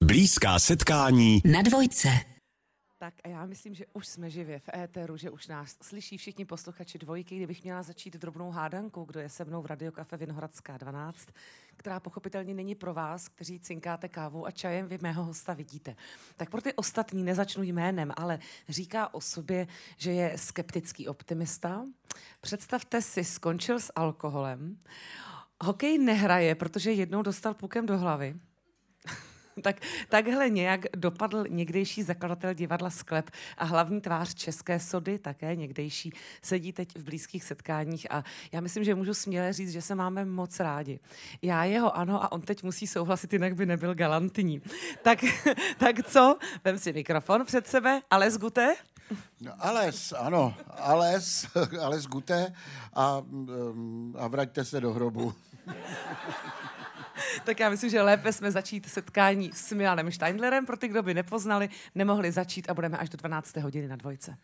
Blízká setkání na Dvojce. Tak a já myslím, že už jsme živě v éteru, že už nás slyší všichni posluchači Dvojky. Kdybych měla začít drobnou hádankou, kdo je se mnou v Radiokafe Vinohradská 12, která pochopitelně není pro vás, kteří cinkáte kávou a čajem, vy mého hosta vidíte. Tak pro ty ostatní nezačnu jménem, ale říká o sobě, že je skeptický optimista. Představte si, skončil s alkoholem, hokej nehraje, protože jednou dostal pukem do hlavy. Takhle nějak dopadl někdejší zakladatel divadla Sklep a hlavní tvář České sody, také někdejší, sedí teď v blízkých setkáních a já myslím, že můžu směle říct, že se máme moc rádi. Já jeho ano a on teď musí souhlasit, jinak by nebyl galantní. Tak co? Vem si mikrofon před sebe. Ales Guté? No, ano, Ales Guté a vraťte se do hrobu. Tak já myslím, že lépe jsme začít setkání s Milanem Steindlerem. Pro ty, kdo by nepoznali, nemohli začít a budeme až do 12. hodiny na Dvojce.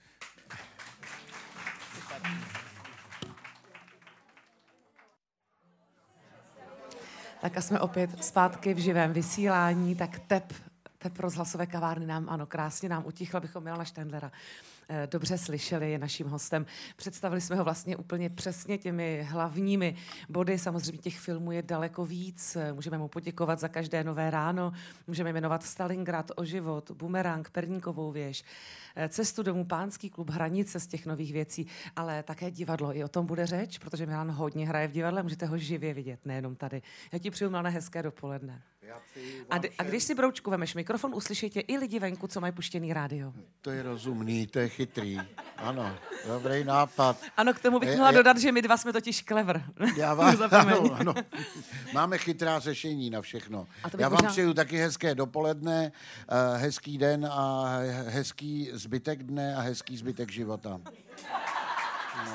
Tak a jsme opět zpátky v živém vysílání, tak tep rozhlasové kavárny nám, ano, krásně nám utichla, bychom Milana Steindlera dobře slyšeli, je naším hostem. Představili jsme ho vlastně úplně přesně těmi hlavními body. Samozřejmě těch filmů je daleko víc. Můžeme mu poděkovat za každé nové ráno. Můžeme jmenovat Stalingrad, O život, Bumerang, Perníkovou věž, Cestu domů, Pánský klub, Hranice z těch nových věcí, ale také divadlo. I o tom bude řeč, protože Milan hodně hraje v divadle, můžete ho živě vidět, nejenom tady. Já ti přeju, Milane, hezké dopoledne. A když si, Broučku, vemeš mikrofon, uslyšíte i lidi venku, co mají puštěný rádio. To je rozumný, to je chytrý. Ano, dobrý nápad. Ano, k tomu bych měla dodat, že my dva jsme totiž clever. Ano. Máme chytrá řešení na všechno. Já vám přeju taky hezké dopoledne, hezký den a hezký zbytek dne a hezký zbytek života. No.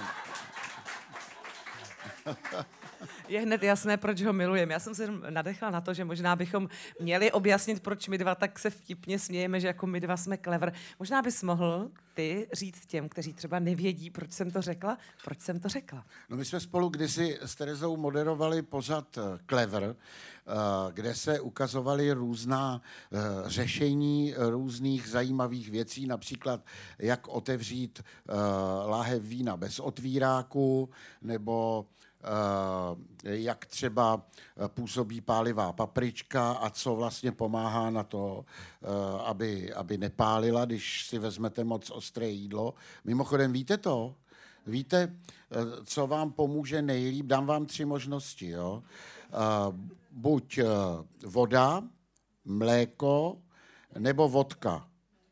Je hned jasné, proč ho milujeme. Já jsem se nadechla na to, že možná bychom měli objasnit, proč my dva tak se vtipně smějeme, že jako my dva jsme clever. Možná bys mohl ty říct těm, kteří třeba nevědí, proč jsem to řekla. No my jsme spolu kdysi s Terezou moderovali pořad Clever, kde se ukazovaly různá řešení různých zajímavých věcí, například jak otevřít láhev vína bez otvíráku, nebo jak třeba působí pálivá paprička a co vlastně pomáhá na to, aby nepálila, když si vezmete moc ostré jídlo. Mimochodem, víte to? Víte, co vám pomůže nejlíp? Dám vám 3 možnosti. Jo? Buď voda, mléko nebo vodka.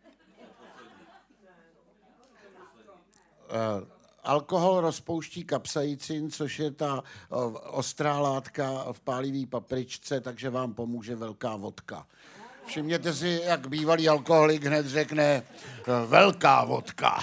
Alkohol rozpouští kapsaicin, což je ta ostrá látka v pálivý papričce, takže vám pomůže velká vodka. Všimněte si, jak bývalý alkoholik hned řekne velká vodka.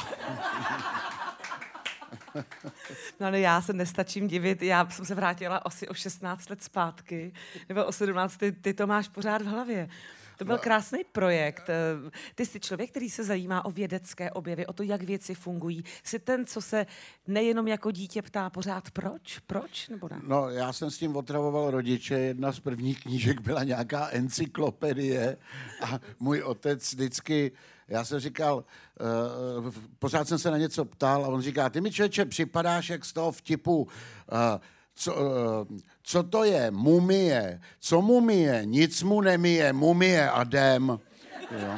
No ale já se nestačím divit, já jsem se vrátila asi o 16 let zpátky, nebo o 17, ty to máš pořád v hlavě. To byl krásný projekt. Ty jsi člověk, který se zajímá o vědecké objevy, o to, jak věci fungují. Jsi ten, co se nejenom jako dítě ptá pořád proč? Proč nebo ne? No, já jsem s tím otravoval rodiče. Jedna z prvních knížek byla nějaká encyklopedie a můj otec vždycky, já jsem říkal, pořád jsem se na něco ptal a on říká, ty mi, člověče, připadáš jak z toho vtipu, co to je? Mumie. Co mumie? Nic mu nemije. Mumie a jdem. Jo.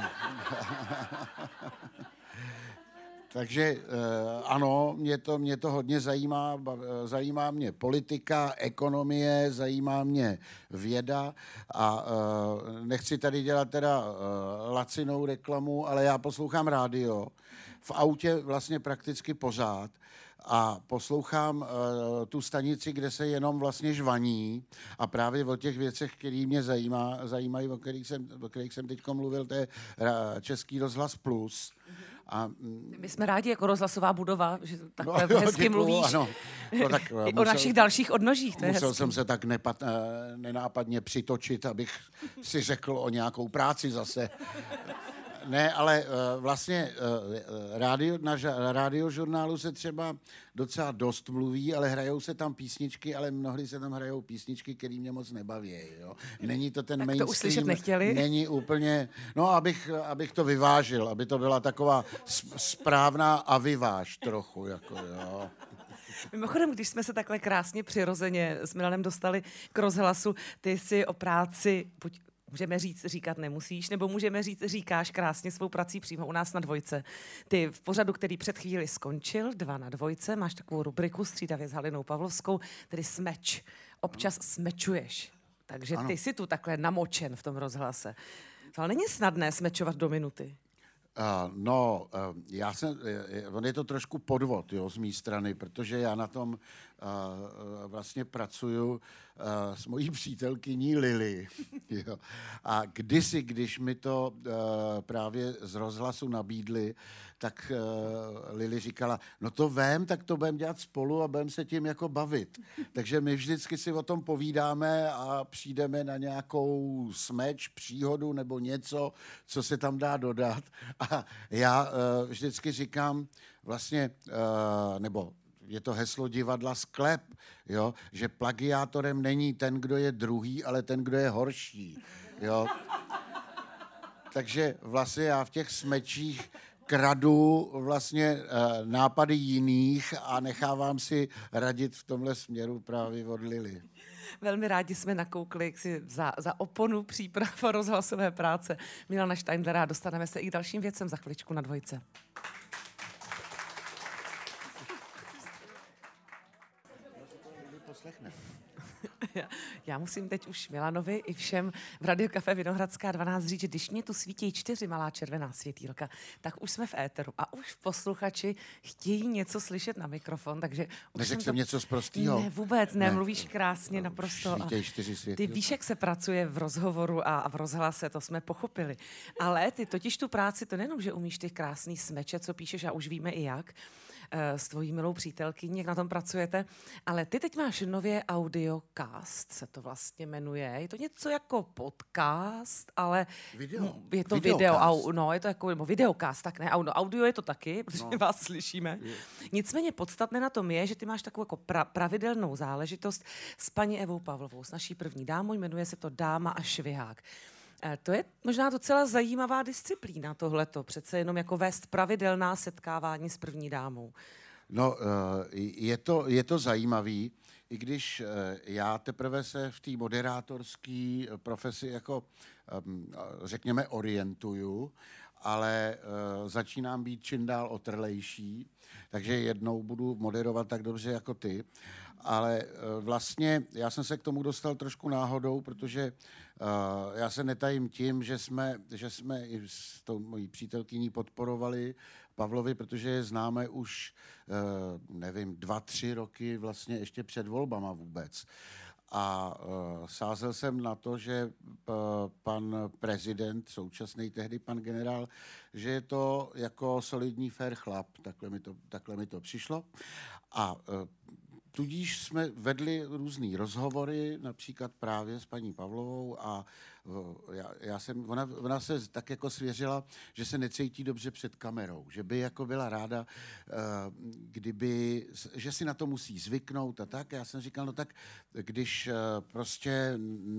Takže ano, mě to hodně zajímá. Zajímá mě politika, ekonomie, zajímá mě věda a nechci tady dělat teda lacinou reklamu, ale já poslouchám rádio v autě vlastně prakticky pořád. A poslouchám tu stanici, kde se jenom vlastně žvaní a právě o těch věcech, které mě zajímají, o kterých jsem teď mluvil, to je Český rozhlas Plus. A, my jsme rádi jako rozhlasová budova, že takhle hezky mluvíš. Ano. No, tak, o našich dalších odnožích, to je musel hezký. jsem se tak nenápadně přitočit, abych si řekl o nějakou práci zase. Ne, ale vlastně na Radiožurnálu se třeba docela dost mluví, ale hrajou se tam písničky, ale mnohdy se tam hrajou písničky, které mě moc nebaví. Jo? Není to ten tak mainstream. To už slyšet nechtěli? Není úplně, no abych to vyvážil, aby to byla taková správná aviváž trochu. Jako, jo. Mimochodem, když jsme se takhle krásně přirozeně s Milanem dostali k rozhlasu, ty si o práci, buď můžeme říkat nemusíš, nebo můžeme říkáš krásně svou prací přímo u nás na Dvojce. Ty v pořadu, který před chvíli skončil, 2 na Dvojce, máš takovou rubriku střídavě s Halinou Pavlovskou, tedy smeč. Občas smečuješ. Takže ty jsi tu takhle namočen v tom rozhlase. To ale není snadné smečovat do minuty. On je to trošku podvod, jo, z mé strany, protože já na tom vlastně pracuju s mojí přítelkyní Lily. Jo. A kdysi, když mi to právě z rozhlasu nabídli, tak Lily říkala, no to tak to budeme dělat spolu a budeme se tím jako bavit. Takže my vždycky si o tom povídáme a přijdeme na nějakou smeč, příhodu nebo něco, co se tam dá dodat. A já vždycky říkám vlastně, nebo je to heslo divadla Sklep, jo? Že plagiátorem není ten, kdo je druhý, ale ten, kdo je horší. Jo? Takže vlastně já v těch smečích kradu vlastně nápady jiných a nechávám si radit v tomhle směru právě od Lily. Velmi rádi jsme nakoukli si za oponu příprav rozhlasové práce Milana Steindlera. Dostaneme se i k dalším věcem za chviličku na Dvojce. Já musím teď už Milanovi i všem v Radio Café Vinohradská 12 říct, že když mě tu svítí 4 malá červená světýlka, tak už jsme v éteru a už posluchači chtějí něco slyšet na mikrofon, takže... Neřekl jsem něco z prostýho? Ne, vůbec ne, mluvíš krásně, naprosto. Svítěj 4 světýlka. Ty víš, jak se pracuje v rozhovoru a v rozhlase, to jsme pochopili. Ale ty totiž tu práci, to nejenom, že umíš ty krásný smeče, co píšeš a už víme i jak, s tvojí milou přítelkyní, jak na tom pracujete, ale ty teď máš nově audiocast, se to vlastně jmenuje. Je to něco jako podcast, ale je to je to jako videocast, tak ne, audio je to taky, protože vás slyšíme. Nicméně podstatné na tom je, že ty máš takovou jako pravidelnou záležitost s paní Evou Pavlovou, s naší první dámou, jmenuje se to Dáma a švihák. To je možná docela zajímavá disciplína tohleto, přece jenom jako vést pravidelná setkávání s první dámou. No, je to zajímavý, i když já teprve se v té moderátorské profesi jako, řekněme, orientuju, ale začínám být čím dál otrlejší, takže jednou budu moderovat tak dobře jako ty. Ale vlastně já jsem se k tomu dostal trošku náhodou, protože já se netajím tím, že jsme i s tou mojí přítelkyní podporovali Pavlovi, protože je známe už, 2-3 roky vlastně ještě před volbama vůbec. A sázel jsem na to, že pan prezident, současný tehdy pan generál, že je to jako solidní fair chlap, takhle mi to přišlo. A tudíž jsme vedli různý rozhovory, například právě s paní Pavlovou a ona se tak jako svěřila, že se necítí dobře před kamerou, že by jako byla ráda, že si na to musí zvyknout a tak. Já jsem říkal, no tak když prostě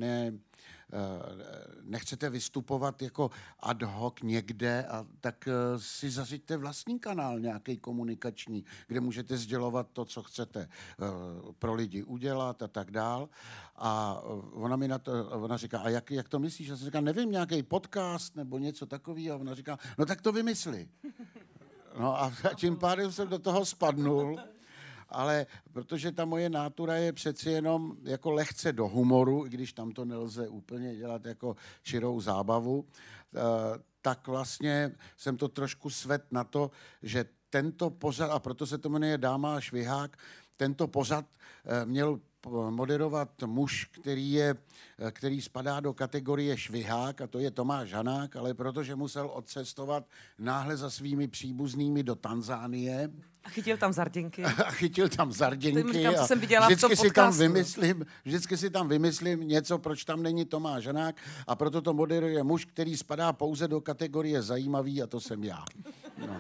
nechcete vystupovat jako ad hoc někde, tak si zařiďte vlastní kanál nějaký komunikační, kde můžete sdělovat to, co chcete pro lidi udělat a tak dál. A ona říká, a jak to myslíš? Já jsem říkal, nevím, nějaký podcast nebo něco takového. A ona říká, no tak to vymysli. No a tím pádem jsem do toho spadnul. Ale protože ta moje nátura je přeci jenom jako lehce do humoru, i když tam to nelze úplně dělat jako čirou zábavu, tak vlastně jsem to trošku svedl na to, že tento pořad, a proto se to jmenuje Dáma a švihák, tento pořad měl moderovat muž, který spadá do kategorie švihák, a to je Tomáš Hanák, ale protože musel odcestovat náhle za svými příbuznými do Tanzánie. A chytil tam zarděnky. A chytil tam zarděnky. Říkám, co jsem viděla vždycky si tam vymyslím něco, proč tam není Tomáš Hanák, a proto to moderuje muž, který spadá pouze do kategorie zajímavý, a to jsem já. No.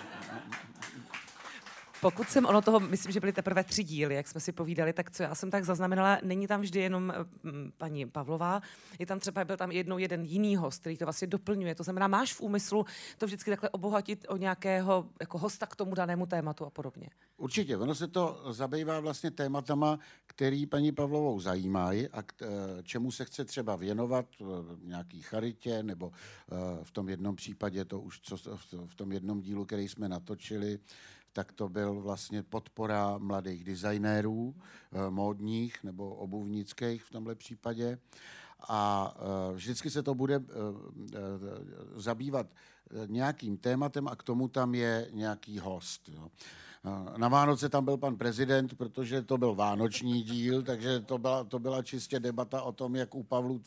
Pokud jsem ono toho, myslím, že byly teprve 3 díly, jak jsme si povídali, tak co já jsem tak zaznamenala, není tam vždy jenom paní Pavlová, je tam třeba, byl tam jednou jeden jiný host, který to vlastně doplňuje. To znamená, máš v úmyslu to vždycky takhle obohatit o nějakého jako hosta k tomu danému tématu a podobně? Určitě, ono se to zabývá vlastně tématama, který paní Pavlovou zajímají a čemu se chce třeba věnovat, nějaký charitě, nebo v tom jednom případě, to už v tom jednom dílu, který jsme natočili, tak to byl vlastně podpora mladých designérů, módních nebo obuvnických v tomhle případě. A vždycky se to bude zabývat nějakým tématem a k tomu tam je nějaký host. Jo. Na Vánoce tam byl pan prezident, protože to byl vánoční díl, takže to byla čistě debata o tom, jak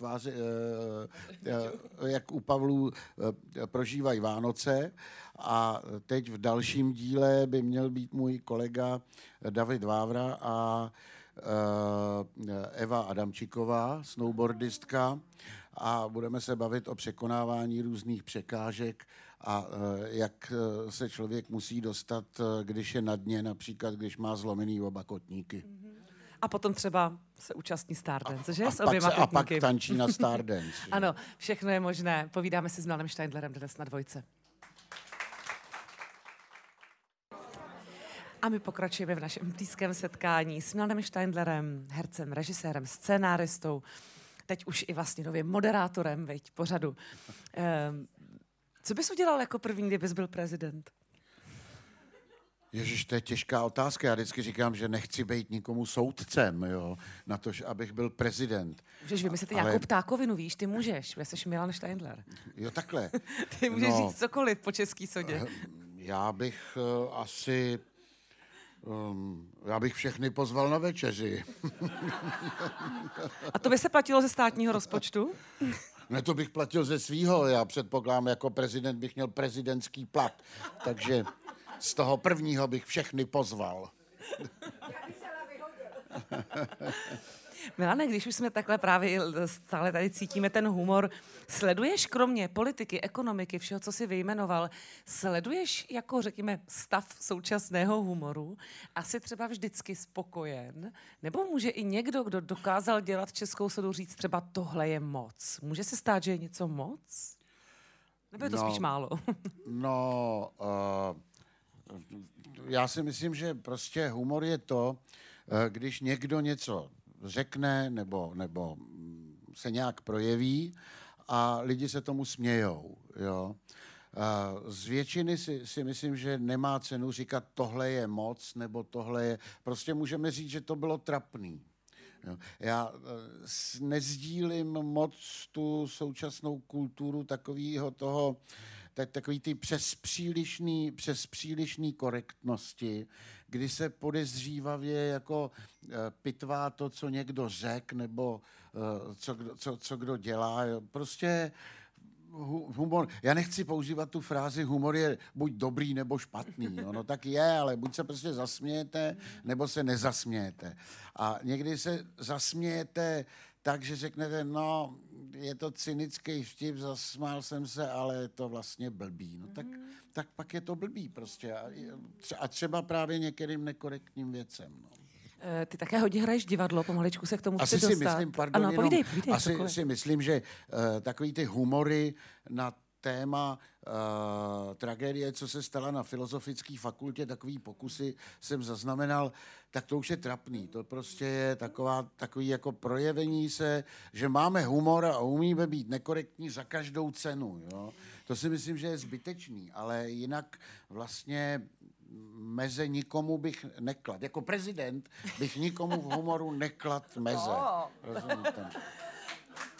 u Pavlů prožívají Vánoce. A teď v dalším díle by měl být můj kolega David Vávra a Eva Adamčiková, snowboardistka, a budeme se bavit o překonávání různých překážek a jak se člověk musí dostat, když je na dně, například když má zlomený oba kotníky. A potom třeba se účastní Stardance, že? A pak tančí na Stardance. Ano, všechno je možné. Povídáme si s Milanem Steindlerem dnes na Dvojce. A my pokračujeme v našem blízkém setkání s Milanem Steindlerem, hercem, režisérem, scénáristou, teď už i vlastně nově moderátorem, veď, pořadu. Co bys udělal jako první, kdybys byl prezident? Ježiš, to je těžká otázka. Já vždycky říkám, že nechci být nikomu soudcem, jo, na to, abych byl prezident. Můžeš vymyslet nějakou ptákovinu, víš, ty můžeš, jsi Milan Steindler. Jo, takhle. Ty můžeš říct cokoliv po český sodě. Já bych asi... já bych všechny pozval na večeři. A to by se platilo ze státního rozpočtu? Ne, to bych platil ze svýho. Já předpokládám, jako prezident bych měl prezidentský plat. Takže z toho prvního bych všechny pozval. Milane, když už jsme takhle právě stále tady cítíme ten humor, sleduješ kromě politiky, ekonomiky, všeho, co jsi vyjmenoval, sleduješ jako, řekněme, stav současného humoru? Asi třeba vždycky spokojen? Nebo může i někdo, kdo dokázal dělat českou sodu, říct třeba tohle je moc? Může se stát, že je něco moc? Nebo je to spíš málo? Já si myslím, že prostě humor je to, když někdo něco řekne nebo se nějak projeví a lidi se tomu smějou. Jo. Z většiny si myslím, že nemá cenu říkat, tohle je moc, nebo tohle je... Prostě můžeme říct, že to bylo trapný. Jo. Já nezdílím moc tu současnou kulturu takového toho, takový ty přes přílišný korektnosti, kdy se podezřívavě jako pitvá to, co někdo řekl, nebo co kdo dělá. Prostě humor, já nechci používat tu frázi humor je buď dobrý nebo špatný. Ono tak je, ale buď se prostě zasmějete, nebo se nezasmějete. A někdy se zasmějete tak, že řeknete, no, je to cynický vtip, zasmál jsem se, ale je to vlastně blbý. No tak pak je to blbý prostě. A třeba právě některým nekorektním věcem. No. Ty také hodně hraješ divadlo, pomaličku se k tomu chci dostat. Povídej, si myslím, že takový ty humory na téma tragédie, co se stala na Filozofické fakultě, takový pokusy jsem zaznamenal, tak to už je trapný. To prostě je takový jako projevení se, že máme humor a umíme být nekorektní za každou cenu. Jo? To si myslím, že je zbytečný, ale jinak vlastně meze nikomu bych neklad. Jako prezident bych nikomu v humoru neklad meze. Rozumíte?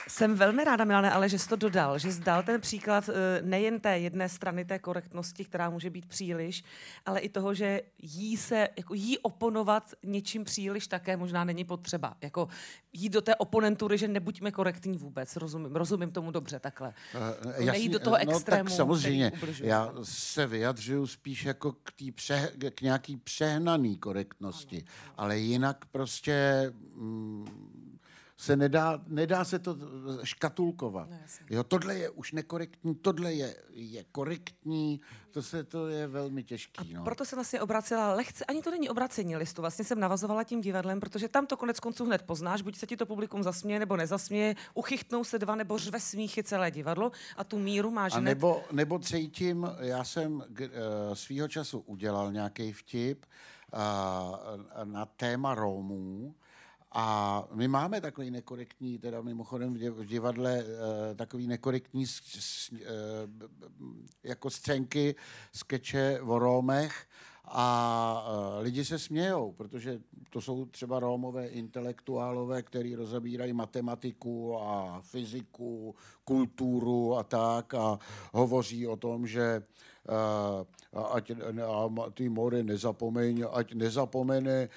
Jsem velmi ráda, Milane, ale že jsi to dodal, že jsi dal ten příklad nejen té jedné strany té korektnosti, která může být příliš, ale i toho, že jí oponovat něčím příliš také možná není potřeba. Jako jít do té oponentury, že nebuďme korektní vůbec. Rozumím tomu dobře takhle. Nejít do toho extrému. No tak samozřejmě. Já se vyjadřuju spíš jako k nějaký přehnaný korektnosti, ale jinak prostě se nedá se to škatulkovat. Jo, tohle je už nekorektní, tohle je korektní, to je velmi těžký. No. Proto se vlastně obracela lehce, ani to není obracení listu, vlastně jsem navazovala tím divadlem, protože tam to konec konců hned poznáš, buď se ti to publikum zasměje nebo nezasměje, uchytnou se dva nebo řve smíchy celé divadlo a tu míru máš hned. Nebo cítím, já jsem svýho času udělal nějaký vtip na téma Rómů. A my máme takový nekorektní, teda mimochodem v divadle takový nekorektní jako scénky, skeče o Rómech a lidi se smějou, protože to jsou třeba Rómové intelektuálové, kteří rozebírají matematiku a fyziku, kulturu a tak a hovoří o tom, že ať ty more nezapomeň, ať nezapomene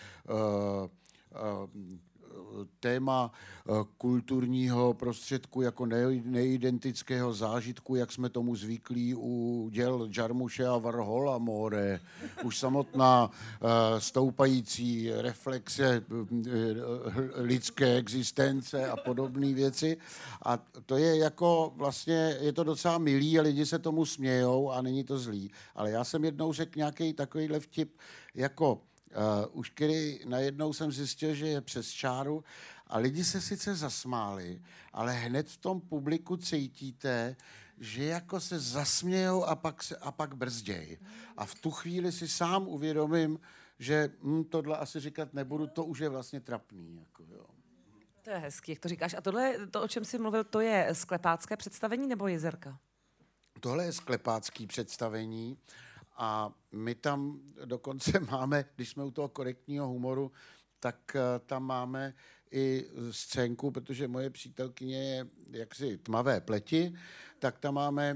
téma kulturního prostředku jako neidentického zážitku, jak jsme tomu zvyklí u děl Jarmuše a Warhola more. Už samotná stoupající reflexe lidské existence a podobné věci. A to je jako vlastně, je to docela milý a lidi se tomu smějou a není to zlý. Ale já jsem jednou řekl nějaký takovýhle vtip jako už který najednou jsem zjistil, že je přes čáru a lidi se sice zasmáli, ale hned v tom publiku cítíte, že jako se zasmějou a pak brzděj. A v tu chvíli si sám uvědomím, že tohle asi říkat nebudu, to už je vlastně trapný. Jako, jo. To je hezký, jak to říkáš. A tohle, to, o čem jsi mluvil, to je sklepácké představení nebo Jezerka? Tohle je sklepácký představení. A my tam dokonce máme, když jsme u toho korektního humoru, tak tam máme i scénku, protože moje přítelkyně je jaksi tmavé pleti, tak tam máme,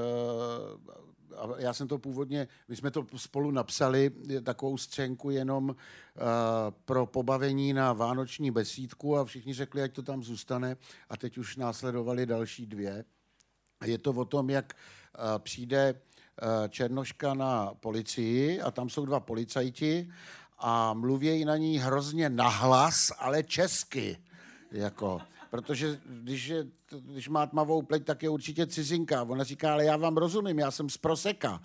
já jsem to původně, my jsme to spolu napsali, takovou scénku jenom pro pobavení na vánoční besídku a všichni řekli, ať to tam zůstane a teď už následovaly další dvě. Je to o tom, jak přijde Černoška na policii a tam jsou dva policajti a mluvějí na ní hrozně nahlas, ale česky. Jako, protože když má tmavou pleť, tak je určitě cizinka. Ona říká, ale já vám rozumím, já jsem z Proseka.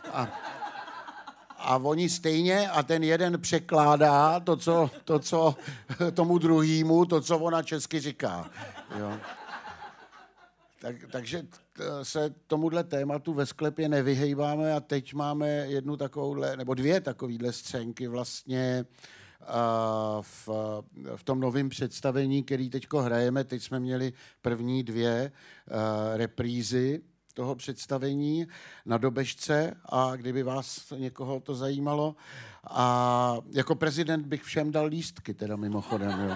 A oni stejně a ten jeden překládá to, co tomu druhýmu, to, co ona česky říká. Jo. Takže se tomuhle tématu ve sklepě nevyhejbáme a teď máme jednu takovouhle, nebo dvě takovýhle scénky vlastně v tom novém představení, který teďko hrajeme. Teď jsme měli první dvě reprízy toho představení na Dobežce a kdyby vás někoho to zajímalo. A jako prezident bych všem dal lístky, teda mimochodem, jo.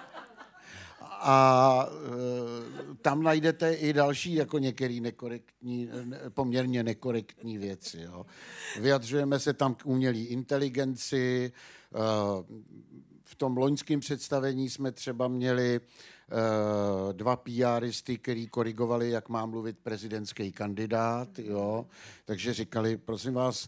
A tam najdete i další jako některé nekorektní, poměrně nekorektní věci. Jo. Vyjadřujeme se tam k umělé inteligenci. V tom loňském představení jsme třeba měli dva PRisty, který korigovali, jak má mluvit prezidentský kandidát. Jo. Takže říkali, prosím vás,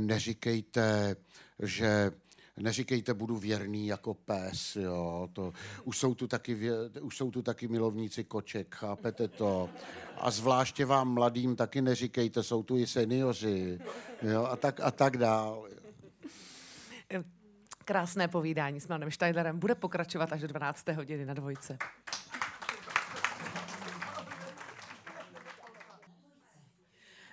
neříkejte, budu věrný jako pes, jo. Už jsou tu taky milovníci koček, chápete to? A zvláště vám mladým taky neříkejte, jsou tu i seniori, jo, a tak dál. Krásné povídání s Milanem Štajdlerem bude pokračovat až do 12. hodiny na Dvojce.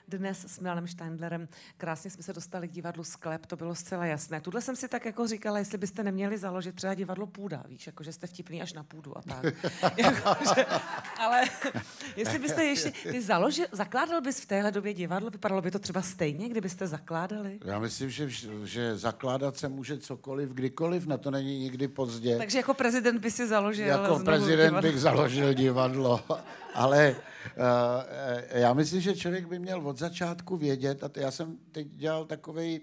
dnes s Milanem Steindlerem. Krásně jsme se dostali k divadlu Sklep, to bylo zcela jasné. Tuhle jsem si tak jako říkala, jestli byste neměli založit třeba divadlo Půda, víš, jako že jste vtipný až na půdu a tak. Ale jestli byste ještě, zakládal bys v téhle době divadlo, vypadalo by to třeba stejně, kdybyste zakládali? Já myslím, že zakládat se může cokoliv, kdykoliv, na to není nikdy pozdě. Takže jako prezident by si založil jako prezident divadlo. Bych založil divadlo, ale já myslím, že člověk by měl od začátku vědět, a já jsem teď dělal takovej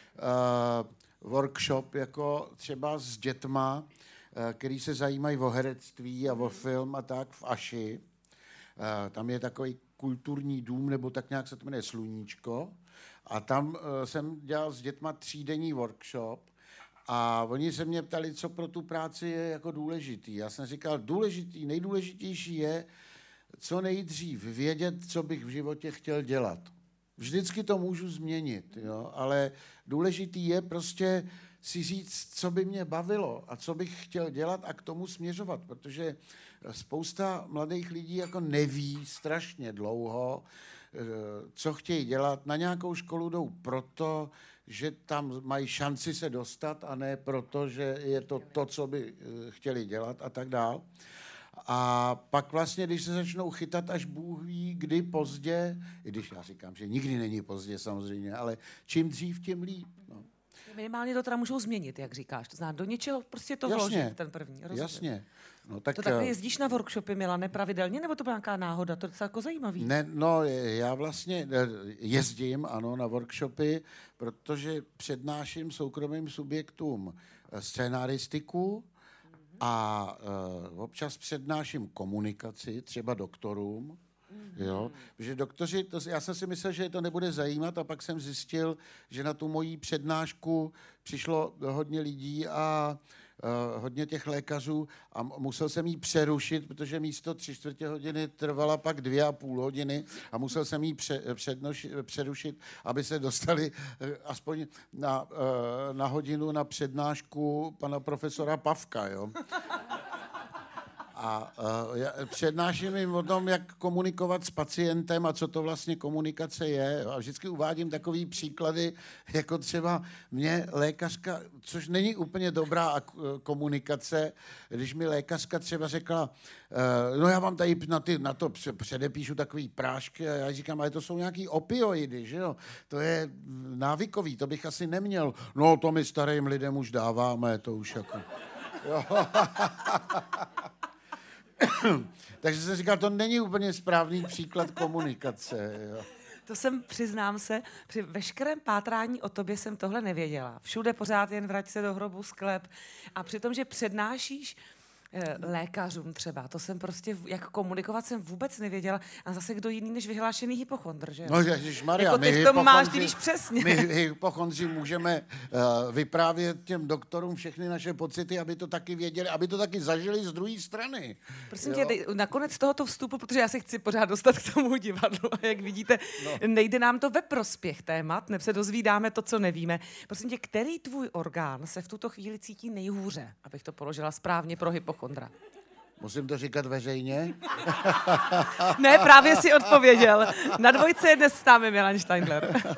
workshop jako třeba s dětma, který se zajímají o herectví a o film a tak v Aši. Tam je takový kulturní dům, nebo tak nějak se to jmenuje Sluníčko. A tam jsem dělal s dětma 3denní workshop a oni se mě ptali, co pro tu práci je jako důležitý. Já jsem říkal, nejdůležitější je co nejdřív vědět, co bych v životě chtěl dělat. Vždycky to můžu změnit, jo? Ale důležitý je prostě si říct, co by mě bavilo a co bych chtěl dělat a k tomu směřovat, protože spousta mladých lidí jako neví strašně dlouho, co chtějí dělat. Na nějakou školu jdou proto, že tam mají šanci se dostat a ne proto, že je to, co by chtěli dělat a tak dál. A pak vlastně, když se začnou chytat, až Bůh ví, kdy pozdě, i když já říkám, že nikdy není pozdě samozřejmě, ale čím dřív, tím líp. No. Minimálně to teda můžou změnit, jak říkáš. To znamená, do něčeho prostě to vložit, ten první. Rozumím. Jasně. No, tak, to takhle jezdíš na workshopy, Milane, pravidelně, nebo to byla nějaká náhoda? To je docela jako zajímavý. Ne, no, já vlastně jezdím, ano, na workshopy, protože přednáším soukromým subjektům scénaristiku a občas přednáším komunikaci, třeba doktorům. Jo, protože doktoři, já jsem si myslel, že je to nebude zajímat a pak jsem zjistil, že na tu moji přednášku přišlo hodně lidí a hodně těch lékařů a musel jsem jí přerušit, protože místo 3/4 hodiny trvala pak 2,5 hodiny a musel jsem jí přerušit, aby se dostali aspoň na hodinu na přednášku pana profesora Pavka, jo. A přednáším jim o tom, jak komunikovat s pacientem a co to vlastně komunikace je. A vždycky uvádím takový příklady, jako třeba mě lékařka, což není úplně dobrá komunikace, když mi lékařka třeba řekla, no já vám tady na to předepíšu takový prášky a já říkám, ale to jsou nějaký opioidy, že jo? To je návykový, to bych asi neměl. No to my starým lidem už dáváme, to už jako... Jo. Takže jsem říkal, to není úplně správný příklad komunikace. Jo. To jsem, přiznám se, při veškerém pátrání o tobě jsem tohle nevěděla. Všude pořád jen vrať se do hrobu Sklep. A přitom, že přednášíš lékařům třeba, to jsem prostě, jak komunikovat jsem vůbec nevěděla. A zase kdo jiný než vyhlášený hypochondr, že jo? No ježišmarja, jako ty v tom máš, ty víš přesně. My hypochondři můžeme vyprávět těm doktorům všechny naše pocity, aby to taky věděli, aby to taky zažili z druhé strany. Prosím tě, nakonec tohoto vstupu, protože já se chci pořád dostat k tomu divadlu a jak vidíte, nejde nám to ve prospěch témat, neb se dozvídáme to, co nevíme. Prosím tě, který tvůj orgán se v tuto chvíli cítí nejhůře, abych to položila správně pro hypochondra? Musím to říkat veřejně? Ne, právě si odpověděl. Na Dvojce je dnes s námi Milan Steindler.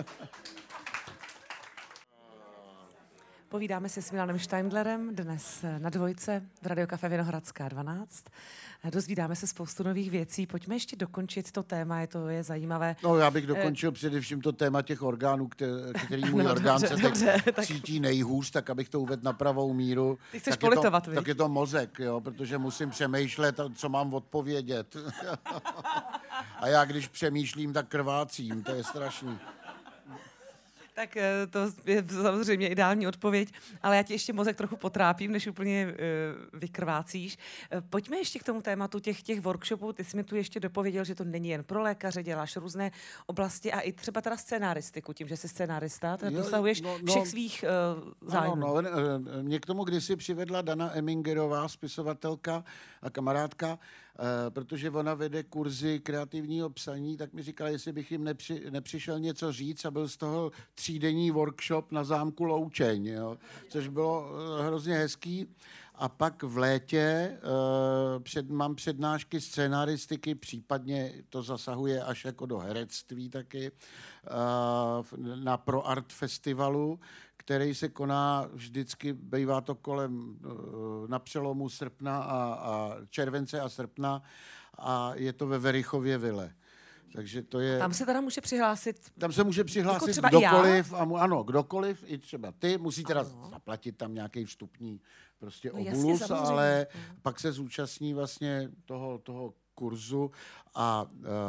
Povídáme se s Milanem Steindlerem dnes na Dvojce v Radio Café Vinohradská 12. Dozvídáme se spoustu nových věcí. Pojďme ještě dokončit to téma, to je zajímavé. No, já bych dokončil především to téma těch orgánů, který můj orgán se tak cítí nejhůř, tak abych to uvedl na pravou míru. Ty chceš politovat, tak je to mozek, jo, protože musím přemýšlet, co mám odpovědět. A já, když přemýšlím, tak krvácím, to je strašný. Tak to je samozřejmě ideální odpověď, ale já ti ještě mozek trochu potrápím, než úplně vykrvácíš. Pojďme ještě k tomu tématu těch workshopů. Ty jsi mi tu ještě dopověděl, že to není jen pro lékaře, děláš různé oblasti a i třeba teda scénaristiku, tím, že jsi scénarista, dosahuješ všech svých zájmů. No, mě k tomu kdysi přivedla Dana Emingerová, spisovatelka a kamarádka, protože ona vede kurzy kreativního psaní, tak mi říkala, jestli bych jim nepřišel něco říct a byl z toho 3denní workshop na zámku Loučeň, jo, což bylo hrozně hezký. A pak v létě mám přednášky scénaristiky, případně to zasahuje až jako do herectví taky, na Pro Art festivalu, který se koná vždycky, bývá to na přelomu srpna a července a srpna a je to ve Verichově vile. Takže to je... Tam se teda může přihlásit... Tam se může přihlásit jako kdokoliv, ano, kdokoliv, i třeba ty, musí teda zaplatit tam nějaký vstupní prostě obulus, jasně, ale pak se zúčastní vlastně toho kurzu a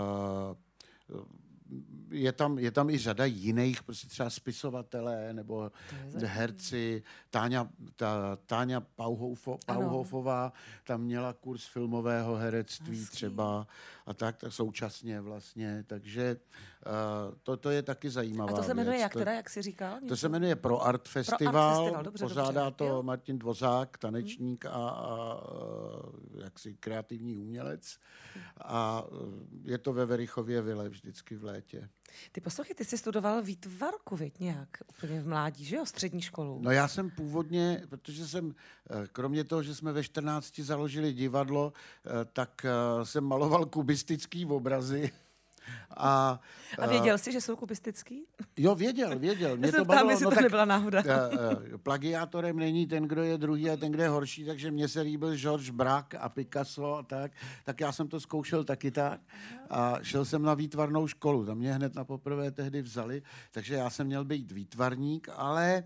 je tam i řada jiných, prostě třeba spisovatelé nebo herci. Táňa Pauhofová tam měla kurz filmového herectví třeba a tak současně vlastně. Takže to je taky zajímavá věc. A to se jmenuje jak teda, jak jsi říkal? To se jmenuje Pro Art Festival. Dobře, pozádá to Martin Dvořák, tanečník a jaksi kreativní umělec. A je to ve Verichově vile vždycky v létě. Ty poslouchej, ty jsi studoval výtvarku, viď, nějak úplně v mládí, že jo, střední školu? No já jsem původně, protože jsem, kromě toho, že jsme ve 14 založili divadlo, tak jsem maloval kubistický obrazy. A věděl jsi, že jsou kubistický? Jo, věděl. Mě to bavilo. Jestli to nebyla náhoda. Plagiátorem není ten, kdo je druhý a ten, kdo je horší, takže mně se líbil Georges Braque a Picasso a tak já jsem to zkoušel taky tak a šel jsem na výtvarnou školu. Tam mě hned na poprvé tehdy vzali, takže já jsem měl být výtvarník, ale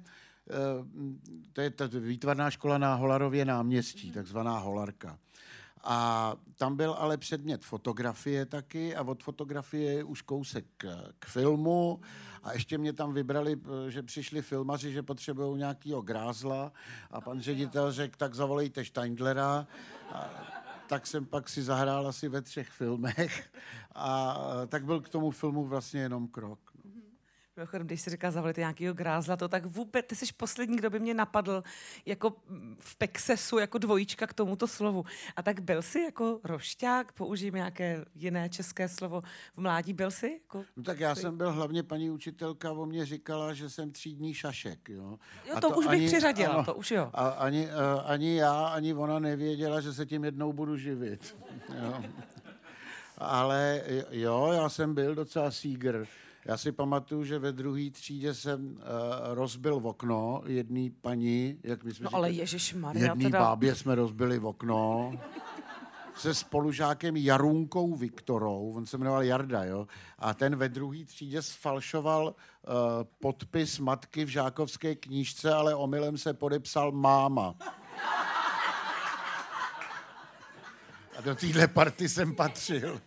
to je ta výtvarná škola na Holarově náměstí, takzvaná Holarka. A tam byl ale předmět fotografie taky a od fotografie je už kousek k filmu a ještě mě tam vybrali, že přišli filmaři, že potřebují nějakýho grázla a pan ředitel řekl, tak zavolejte Steindlera. Tak jsem pak si zahrál asi ve 3 filmech a tak byl k tomu filmu vlastně jenom krok. Mimochodem, když jsi říkal zavolejte nějakýho grázla, to tak vůbec, ty jsi poslední, kdo by mě napadl jako v Pexesu, jako dvojička k tomuto slovu. A tak byl jsi jako rošťák, použijeme nějaké jiné české slovo v mládí, byl jsi? Jako... No tak já jsem byl, hlavně paní učitelka o mě říkala, že jsem třídní šašek, jo. Jo, to už bych přiřadila, ano, to už jo. A ani já, ani ona nevěděla, že se tím jednou budu živit. Jo. Ale jo, já jsem byl docela sígr. Já si pamatuju, že ve 2. třídě jsem rozbil okno jedný paní, jak my jsme říkali, ale ježišmarja, jedný teda... bábě jsme rozbili okno se spolužákem Jarunkou Viktorou, on se jmenoval Jarda, jo, a ten ve 2. třídě sfalšoval podpis matky v žákovské knížce, ale omylem se podepsal máma. A do téhle party jsem patřil.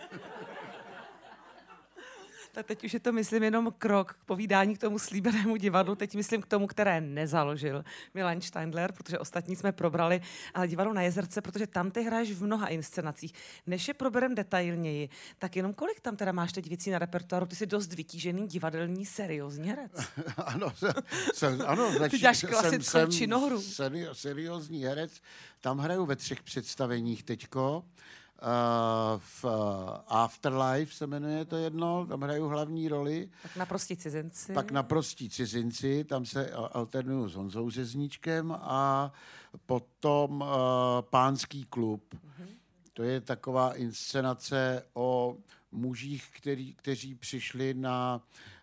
Tak teď už je to, myslím, jenom krok k povídání k tomu slíbenému divadlu. Teď myslím k tomu, které nezaložil Milan Steindler, protože ostatní jsme probrali, ale divadlo na Jezerce, protože tam ty hraješ v mnoha inscenacích. Než je proberem detailněji, tak jenom kolik tam teda máš teď věcí na repertoáru? Ty jsi dost vytížený divadelní seriózní herec. Ano, ty děláš klasickou činohru. Seriózní herec. Tam hraju ve 3 představeních teďko. V Afterlife se jmenuje to jedno, tam hraju hlavní roli. Pak Naprostí cizinci, tam se alternuju s Honzou Řezníčkem a potom Pánský klub. To je taková inscenace o mužích, kteří přišli na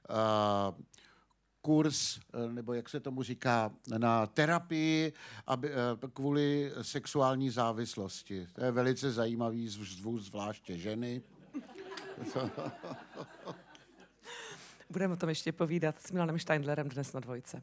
kurz, nebo jak se tomu říká, na terapii kvůli sexuální závislosti. To je velice zajímavý zvuk, zvláště ženy. Budeme o tom ještě povídat s Milanem Steindlerem dnes na Dvojce.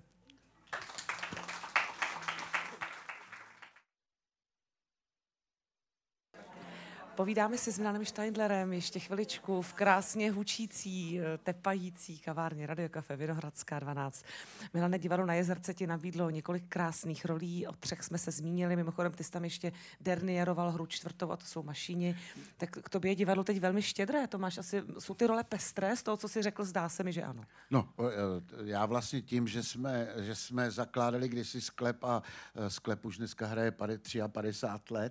Povídáme si s Milanem Steindlerem ještě chviličku v krásně hučící, tepající kavárně Radio Café Vinohradská 12. Milane, divadlo na Jezerce ti nabídlo několik krásných rolí, o 3 jsme se zmínili, mimochodem ty jsi tam ještě dernieroval hru 4. a to jsou Mašíni. Tak k tobě je divadlo teď velmi štědré, to máš asi, jsou ty role pestré, z toho, co jsi řekl, zdá se mi, že ano. No, já vlastně tím, že jsme zakládali kdysi sklep a sklep už dneska hraje 53 let,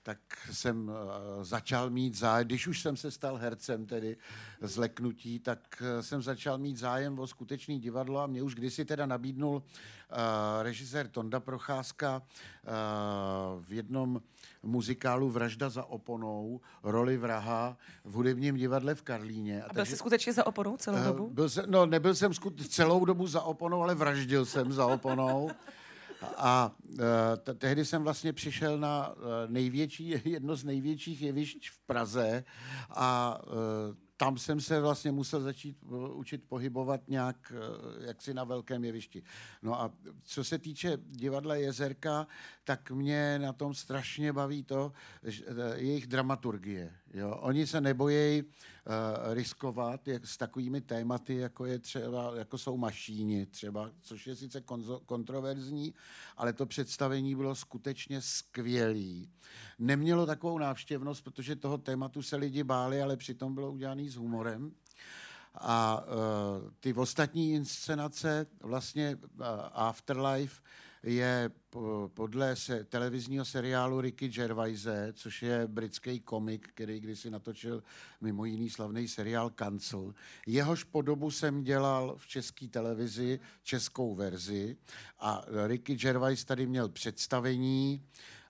tak jsem začal mít zájem, když už jsem se stal hercem tedy z Leknutí, tak jsem začal mít zájem o skutečný divadlo a mě už kdysi teda nabídnul režisér Tonda Procházka v jednom muzikálu Vražda za oponou roli vraha v hudebním divadle v Karlíně. A byl jsi skutečně za oponou celou dobu? Nebyl jsem celou dobu za oponou, ale vraždil jsem za oponou. A tehdy jsem vlastně přišel na jedno z největších jevišť v Praze a tam jsem se vlastně musel začít učit pohybovat nějak jaksi na velkém jevišti. No a co se týče divadla Jezerka, tak mě na tom strašně baví to, jejich dramaturgie. Jo? Oni se nebojí riskovat s takovými tématy, jako jsou Mašíni třeba, což je sice kontroverzní, ale to představení bylo skutečně skvělý. Nemělo takovou návštěvnost, protože toho tématu se lidi báli, ale přitom bylo udělaný s humorem. A ty ostatní inscenace, vlastně Afterlife, je podle televizního seriálu Ricky Gervaise, což je britský komik, který kdysi natočil mimo jiný slavný seriál Cancel. Jehož podobu jsem dělal v české televizi, českou verzi. A Ricky Gervais tady měl představení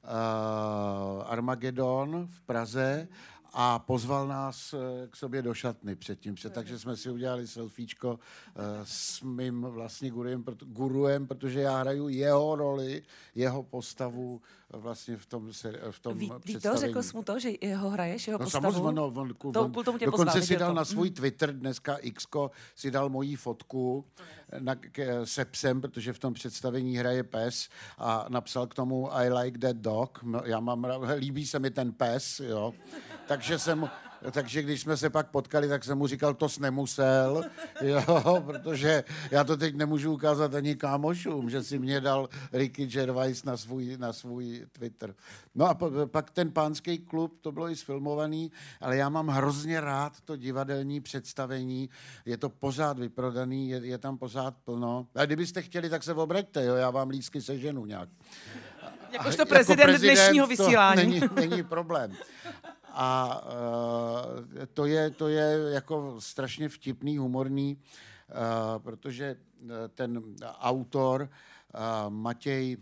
Armageddon v Praze a pozval nás k sobě do šatny předtím. Takže jsme si udělali selfiečko s mým vlastně guruem, protože já hraju jeho roli, jeho postavu vlastně v tom představení. Víte, řekl jsi mu to, že jeho hraješ, jeho postavu? Samozřejmě, on dokonce si dal na svůj Twitter, dneska Xko, si dal moji fotku se psem, protože v tom představení hraje pes a napsal k tomu I like that dog, líbí se mi ten pes, jo. Takže když jsme se pak potkali, tak jsem mu říkal, to jsi nemusel, jo, protože já to teď nemůžu ukázat ani kámošům, že si mě dal Ricky Gervais na svůj Twitter. No a pak ten Pánský klub, to bylo i sfilmovaný, ale já mám hrozně rád to divadelní představení, je to pořád vyprodaný, je tam pořád plno. A kdybyste chtěli, tak se obraťte, jo, já vám lístky seženu nějak. Jakožto prezident dnešního vysílání. Není problém. A to je jako strašně vtipný, humorný, protože ten autor Matěj,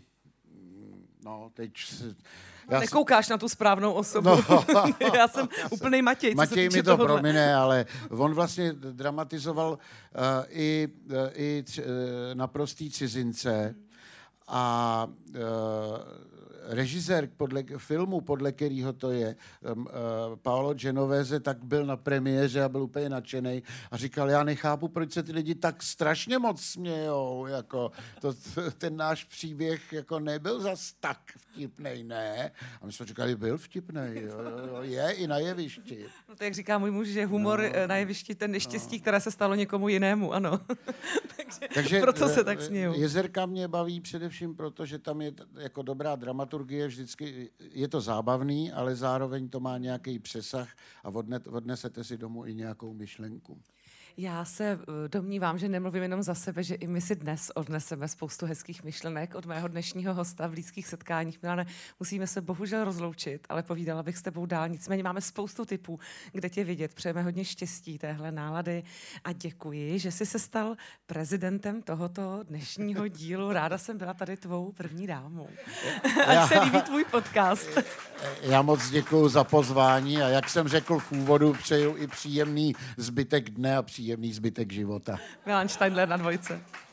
nekoukáš na tu správnou osobu. Já jsem úplnej Matěj. Matěj mi to promine, ale on vlastně dramatizoval i Naprostý cizince a režisér filmu, podle kterého to je, Paolo Genovese, tak byl na premiéře a byl úplně nadšenej a říkal, já nechápu, proč se ty lidi tak strašně moc smějou, jako ten náš příběh jako nebyl zas tak vtipnej, ne? A my jsme říkali, byl vtipnej, jo, je i na jevišti. No to jak říká můj muž, že humor na jevišti ten neštěstí, které se stalo někomu jinému, ano. Takže proto se tak smějou. Jezerka mě baví především proto, že tam je jako dobrá dramaturgie, vždycky je to zábavný, ale zároveň to má nějaký přesah a odnesete si domů i nějakou myšlenku. Já se domnívám, že nemluvím jenom za sebe, že i my si dnes odneseme spoustu hezkých myšlenek od mého dnešního hosta v Blízkých setkáních. Milane, musíme se bohužel rozloučit, ale povídala bych s tebou dál. Nicméně máme spoustu tipů, kde tě vidět. Přejeme hodně štěstí téhle nálady a děkuji, že jsi se stal prezidentem tohoto dnešního dílu. Ráda jsem byla tady tvou první dámou. Ať se líbí tvůj podcast. Já moc děkuju za pozvání a jak jsem řekl v úvodu, přeju i příjemný zbytek dne a příjemný zbytek života. Milan Steindler na Dvojce.